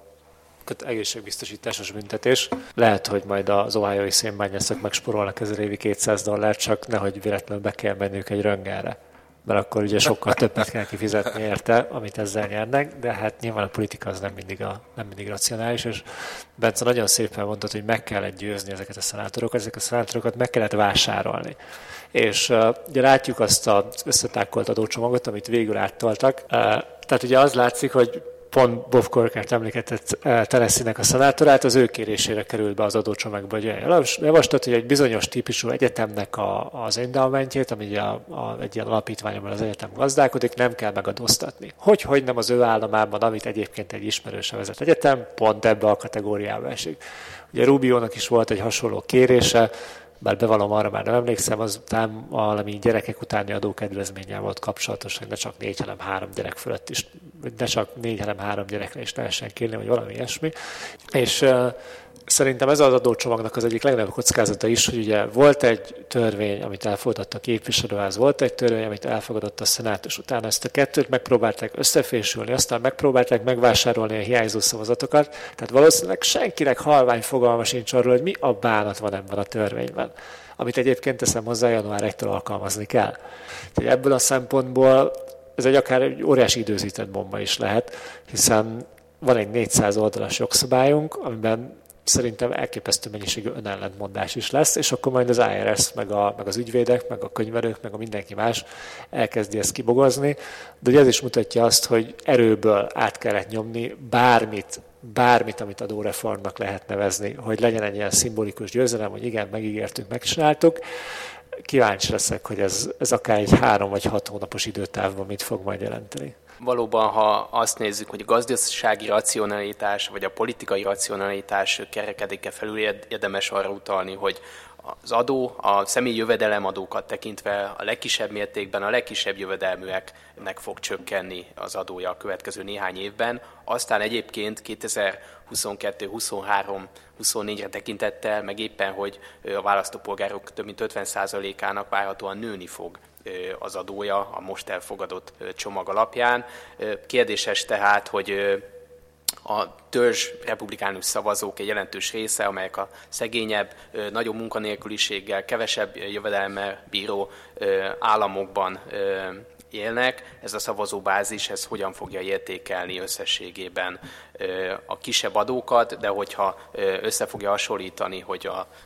egészségbiztosításos büntetés. Lehet, hogy majd az ohiói szénbányászok megsporolnak $1000 évi $200, csak nehogy véletlenül be kell menniük egy röntgenre. Mert akkor ugye sokkal többet kell kifizetni érte, amit ezzel nyernek, de hát nyilván a politika az nem mindig racionális, és Bence nagyon szépen mondtad, hogy meg kellett győzni ezeket a szenátorokat meg kellett vásárolni. És ugye látjuk azt az összetákolt adócsomagot, amit végül áttoltak. Tehát ugye az látszik, hogy pont Bob Corkert emlékeztet Tennessee-nek a szenátorát, az ő kérésére került be az adócsomagba, hogy javaslat, hogy egy bizonyos típusú egyetemnek az endowmentjét, ami egy ilyen alapítvány, amivel az egyetem gazdálkodik, nem kell megadóztatni. Hogy nem az ő államában, amit egyébként egy ismerőse vezet egyetem, pont ebbe a kategóriába esik. Ugye Rubionak is volt egy hasonló kérése, bár bevallom, arra már nem emlékszem, azután valami gyerekek utáni adókedvezménnyel volt kapcsolatos, hogy ne csak 4, hanem 3 gyerek fölött is, ne csak 4, hanem 3 gyerekre is lehessen kérni, vagy valami ilyesmi. És szerintem ez az adócsomagnak az egyik legnagyobb kockázata is, hogy ugye volt egy törvény, amit elfogadott a képviselőház, volt egy törvény, amit elfogadott a szenátus, utána ezt a kettőt megpróbálták összefésülni, aztán megpróbálták megvásárolni a hiányzó szavazatokat, tehát valószínűleg senkinek halvány fogalma sincs arról, hogy mi a bánat van ebben a törvényben, amit egyébként teszem hozzá, január 1-től alkalmazni kell. Tehát ebből a szempontból ez akár egy óriási időzített bomba is lehet, hiszen van egy 400 oldalas jogszabályunk, amiben szerintem elképesztő mennyiségű önellentmondás is lesz, és akkor majd az IRS, meg az ügyvédek, meg a könyvelők, meg a mindenki más elkezdi ezt kibogozni, de ugye ez is mutatja azt, hogy erőből át kellett nyomni bármit, amit adóreformnak lehet nevezni, hogy legyen egy ilyen szimbolikus győzelem, hogy igen, megígértünk, megcsináltuk. Kíváncsi leszek, hogy ez akár egy 3 vagy 6 hónapos időtávban mit fog majd jelenteni. Valóban, ha azt nézzük, hogy a gazdasági racionalitás vagy a politikai racionalitás kerekedik-e felül, érdemes arra utalni, hogy az adó, a személyi jövedelemadókat tekintve a legkisebb mértékben a legkisebb jövedelműeknek fog csökkenni az adója a következő néhány évben. Aztán egyébként 2022, 23, 24-re tekintettel, meg éppen, hogy a választópolgárok több mint 50%-ának várhatóan nőni fog az adója a most elfogadott csomag alapján. Kérdéses tehát, hogy a törzs republikánus szavazók egy jelentős része, amelyek a szegényebb, nagyobb munkanélküliséggel, kevesebb jövedelemmel bíró államokban élnek, ez a szavazóbázis, ez hogyan fogja értékelni összességében a kisebb adókat, de hogyha össze fogja hasonlítani, hogy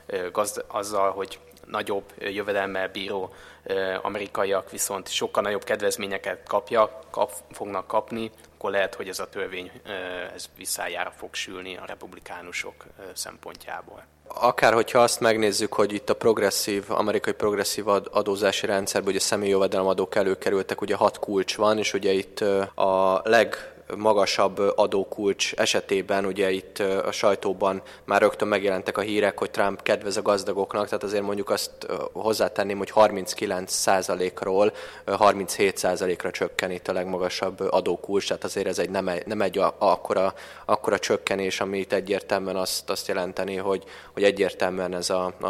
azzal, hogy nagyobb jövedelemmel bíró amerikaiak viszont sokkal nagyobb kedvezményeket fognak kapni, akkor lehet, hogy ez a törvény ez visszájára fog sülni a republikánusok szempontjából. Akár hogyha azt megnézzük, hogy itt a amerikai progresszív adózási rendszerben ugye személyi jövedelemadók előkerültek, ugye 6 kulcs van, és ugye itt a legmagasabb adókulcs esetében ugye itt a sajtóban már rögtön megjelentek a hírek, hogy Trump kedvez a gazdagoknak, tehát azért mondjuk azt hozzátenném, hogy 39%-ról 37%-ra csökken itt a legmagasabb adókulcs, tehát azért ez nem egy akkora csökkenés, ami itt egyértelműen azt jelenteni, hogy egyértelműen ez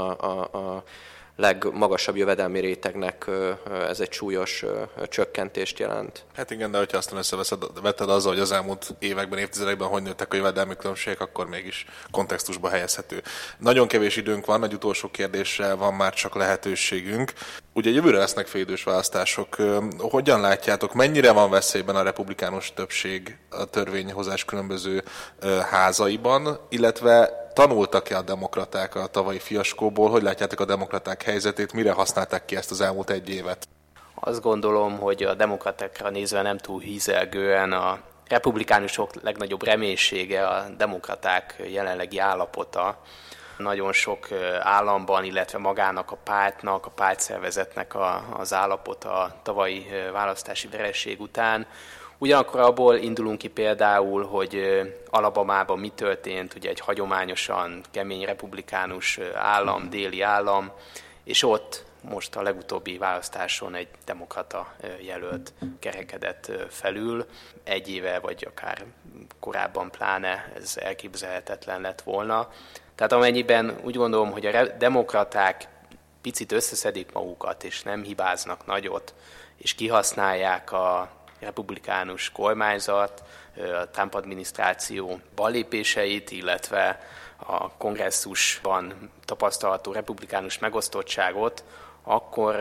a legmagasabb jövedelmi rétegnek ez egy súlyos csökkentést jelent. Hát igen, de hogyha aztán összeveted azzal, hogy az elmúlt években, évtizedekben hogy nőttek a jövedelmi különbségek, akkor mégis kontextusba helyezhető. Nagyon kevés időnk van, egy utolsó kérdésre van már csak lehetőségünk. Ugye jövőre lesznek félidős választások. Hogyan látjátok, mennyire van veszélyben a republikánus többség a törvényhozás különböző házaiban, illetve Tanultak-e a demokraták a tavalyi fiaskóból? Hogy látjátok a demokraták helyzetét? Mire használták ki ezt az elmúlt egy évet? Azt gondolom, hogy a demokratákra nézve nem túl hízelgően a republikánusok legnagyobb reménysége a demokraták jelenlegi állapota. Nagyon sok államban, illetve magának a pártnak, a pártszervezetnek az állapota a tavalyi választási vereség után. Ugyanakkor abból indulunk ki például, hogy Alabamában mi történt, ugye egy hagyományosan kemény republikánus állam, déli állam, és ott most a legutóbbi választáson egy demokrata jelölt kerekedett felül. Egy éve, vagy akár korábban pláne ez elképzelhetetlen lett volna. Tehát amennyiben úgy gondolom, hogy a demokraták picit összeszedik magukat, és nem hibáznak nagyot, és kihasználják a republikánus kormányzat, a Trump adminisztráció ballépéseit, illetve a kongresszusban tapasztalható republikánus megosztottságot, akkor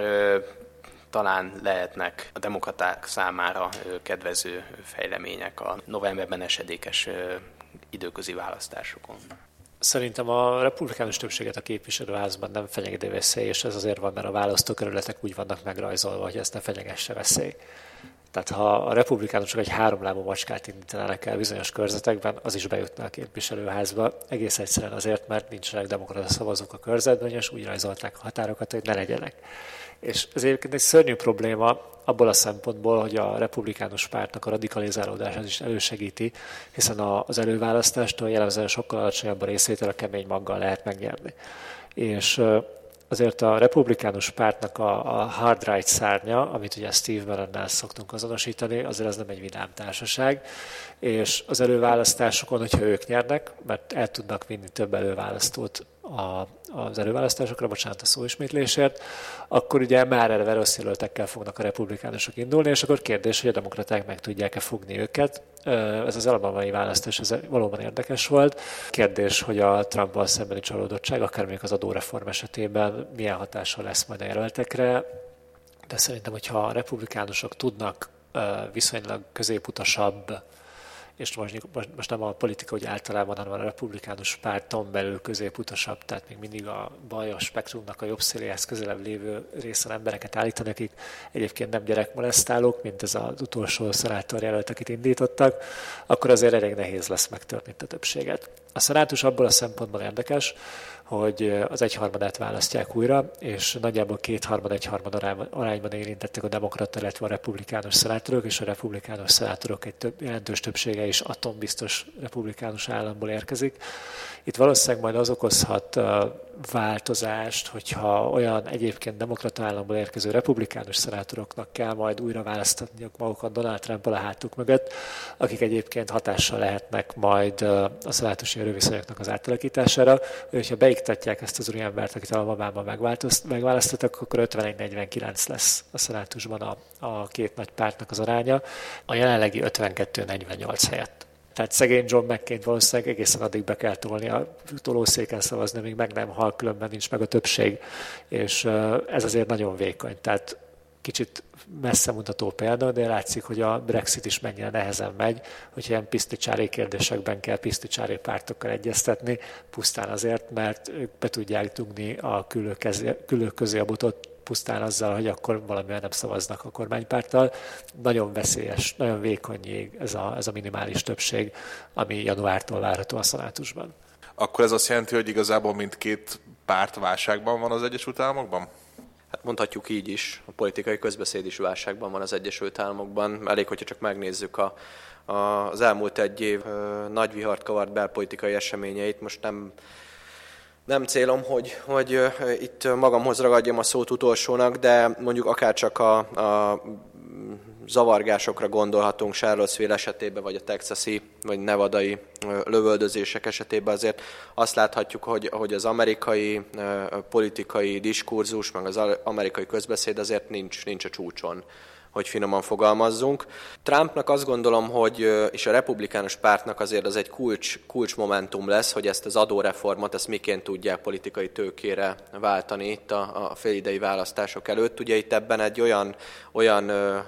talán lehetnek a demokraták számára kedvező fejlemények a novemberben esedékes időközi választásokon. Szerintem a republikánus többséget a képviselőházban nem fenyegeti veszély, és ez azért van, mert a választókerületek úgy vannak megrajzolva, hogy ezt ne fenyegesse veszély. Tehát ha a republikánusok egy 3 lábú macskát indítanának el bizonyos körzetekben, az is bejutna a képviselőházba. Egész egyszerűen azért, mert nincsenek demokrata szavazók a körzetben, és úgy rajzolták a határokat, hogy ne legyenek. És ez egyébként egy szörnyű probléma abból a szempontból, hogy a republikánus pártnak a radikalizálódását is elősegíti, hiszen az előválasztástól jellemzően sokkal alacsonyabb a részvétel, a kemény maggal lehet megnyerni. És azért a republikánus pártnak a hard right szárnya, amit ugye Steve Bannonnál szoktunk azonosítani, azért az nem egy vidám társaság, és az előválasztásokon, hogyha ők nyernek, mert el tudnak vinni több előválasztót az előválasztásokra, bocsánat a szóismétlésért, akkor ugye már erre rossz jelöltekkel fognak a republikánusok indulni, és akkor kérdés, hogy a demokraták meg tudják-e fogni őket. Ez az alabamai választás ez valóban érdekes volt. Kérdés, hogy a Trump-val szembeni csalódottság, akár mondjuk az adóreform esetében milyen hatással lesz majd a jelöltekre, de szerintem, hogyha a republikánusok tudnak viszonylag középutasabb, és most nem a politika úgy általában, hanem a republikánus párton belül középutasabb, tehát még mindig a bajos spektrumnak a jobb széléhez közelebb lévő részen embereket állítani, akik egyébként nem gyerekmolesztálók, mint ez az utolsó szenátor jelölt, akit indítottak, akkor azért elég nehéz lesz megtörni a többséget. A szenátus abból a szempontból érdekes, hogy az egyharmadát választják újra, és nagyjából 2/3-1/3 arányban érintettek a demokrata, illetve a republikánus szenátorok, és a republikánus szenátorok egy jelentős többsége is atombiztos republikánus államból érkezik. Itt valószínűleg majd az okozhat változást, hogyha olyan egyébként demokrata államból érkező republikánus szenátoroknak kell majd újra választatniuk magukat Donald Trump-al a hátuk mögött, akik egyébként hatással lehetnek majd a szenátusi erőviszonyoknak az átalakítására, hogyha beiktatják ezt az úriembert, akit Alabamában megválasztottak, akkor 51-49 lesz a szenátusban a két nagy pártnak az aránya, a jelenlegi 52-48 helyett. Tehát szegény John McCain-t valószínűleg egészen addig be kell tolni a tolószéken szavazni, amíg meg nem hal, különben nincs meg a többség, és ez azért nagyon vékony. Tehát kicsit messze mutató példa, de látszik, hogy a Brexit is mennyire nehezen megy, hogy ilyen piszticsári kérdésekben kell piszticsári pártokkal egyeztetni, pusztán azért, mert ők be tudják dugni a külők közé a botot, pusztán azzal, hogy akkor valamivel nem szavaznak a kormánypárttal. Nagyon veszélyes, nagyon vékony jég ez a minimális többség, ami januártól várható a szenátusban. Akkor ez azt jelenti, hogy igazából mindkét párt válságban van az Egyesült Államokban? Hát mondhatjuk így is, a politikai közbeszéd is válságban van az Egyesült Államokban. Elég, hogyha csak megnézzük az elmúlt egy év nagy vihart kavart belpolitikai eseményeit. Most nem célom, hogy itt magamhoz ragadjam a szót utolsónak, de mondjuk akárcsak a zavargásokra gondolhatunk Charlottesville esetében, vagy a texasi, vagy nevadai lövöldözések esetében, azért azt láthatjuk, hogy az amerikai politikai diskurzus, meg az amerikai közbeszéd azért nincs a csúcson, hogy finoman fogalmazzunk. Trumpnak azt gondolom, és a republikánus pártnak azért az egy kulcsmomentum lesz, hogy ezt az adóreformot, ezt miként tudják politikai tőkére váltani itt a félidei választások előtt. Ugye itt ebben egy olyan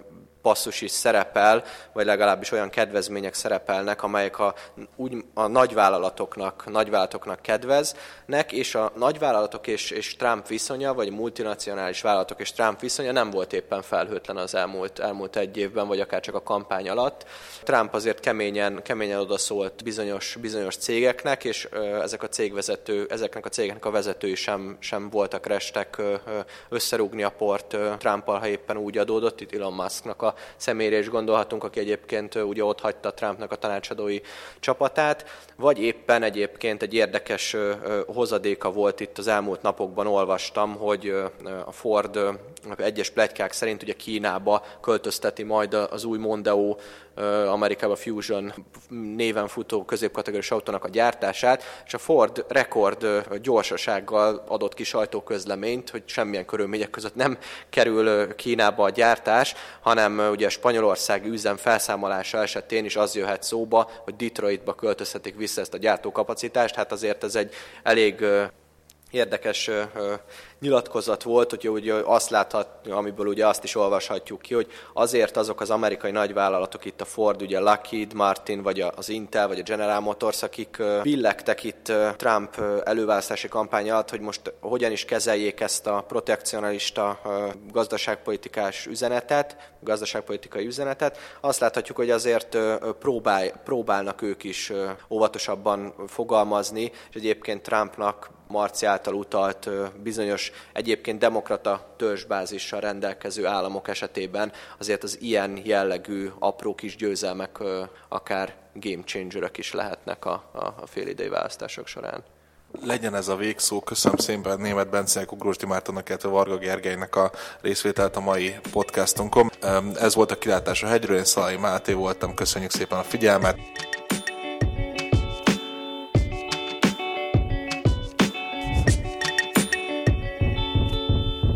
passzus is szerepel, vagy legalábbis olyan kedvezmények szerepelnek, amelyek a nagyvállalatoknak kedveznek, és a nagyvállalatok és Trump viszonya, vagy multinacionális vállalatok és Trump viszonya nem volt éppen felhőtlen az elmúlt egy évben, vagy akár csak a kampány alatt. Trump azért keményen odaszólt bizonyos cégeknek, és ezeknek a cégeknek a vezetői sem voltak restek összerúgni a port Trumpal, ha éppen úgy adódott. Itt Elon Musknak a személyére is gondolhatunk, aki egyébként ugye ott hagyta Trumpnak a tanácsadói csapatát, vagy éppen egyébként egy érdekes hozadéka volt itt az elmúlt napokban, olvastam, hogy a Ford egyes pletykák szerint ugye Kínába költözteti majd az új Mondeo, Amerikában Fusion néven futó középkategóriás autónak a gyártását, és a Ford rekord gyorsasággal adott ki sajtóközleményt, hogy semmilyen körülmények között nem kerül Kínába a gyártás, hanem ugye a spanyolországi üzem felszámolása esetén is az jöhet szóba, hogy Detroitba költözhetik vissza ezt a gyártókapacitást. Hát azért ez egy elég érdekes nyilatkozat volt, hogy ugye azt amiből ugye azt is olvashatjuk ki, hogy azért azok az amerikai nagyvállalatok, itt a Ford, ugye Lockheed Martin, vagy az Intel, vagy a General Motors, akik billegtek itt Trump előválasztási kampány alatt, hogy most hogyan is kezeljék ezt a protekcionalista gazdaságpolitikai üzenetet. Azt láthatjuk, hogy azért próbálnak ők is óvatosabban fogalmazni, és egyébként Trumpnak Marci által utalt bizonyos egyébként demokrata törzsbázissal rendelkező államok esetében azért az ilyen jellegű apró kis győzelmek akár game changerök is lehetnek a félidei választások során. Legyen ez a végszó. Köszönöm szépen Németh Bencenek, Ugrósdi Mártonnak, illetve Varga Gergelynek a részvételt a mai podcastunkon. Ez volt a Kilátás a hegyről, én Szalai Máté voltam, köszönjük szépen a figyelmet.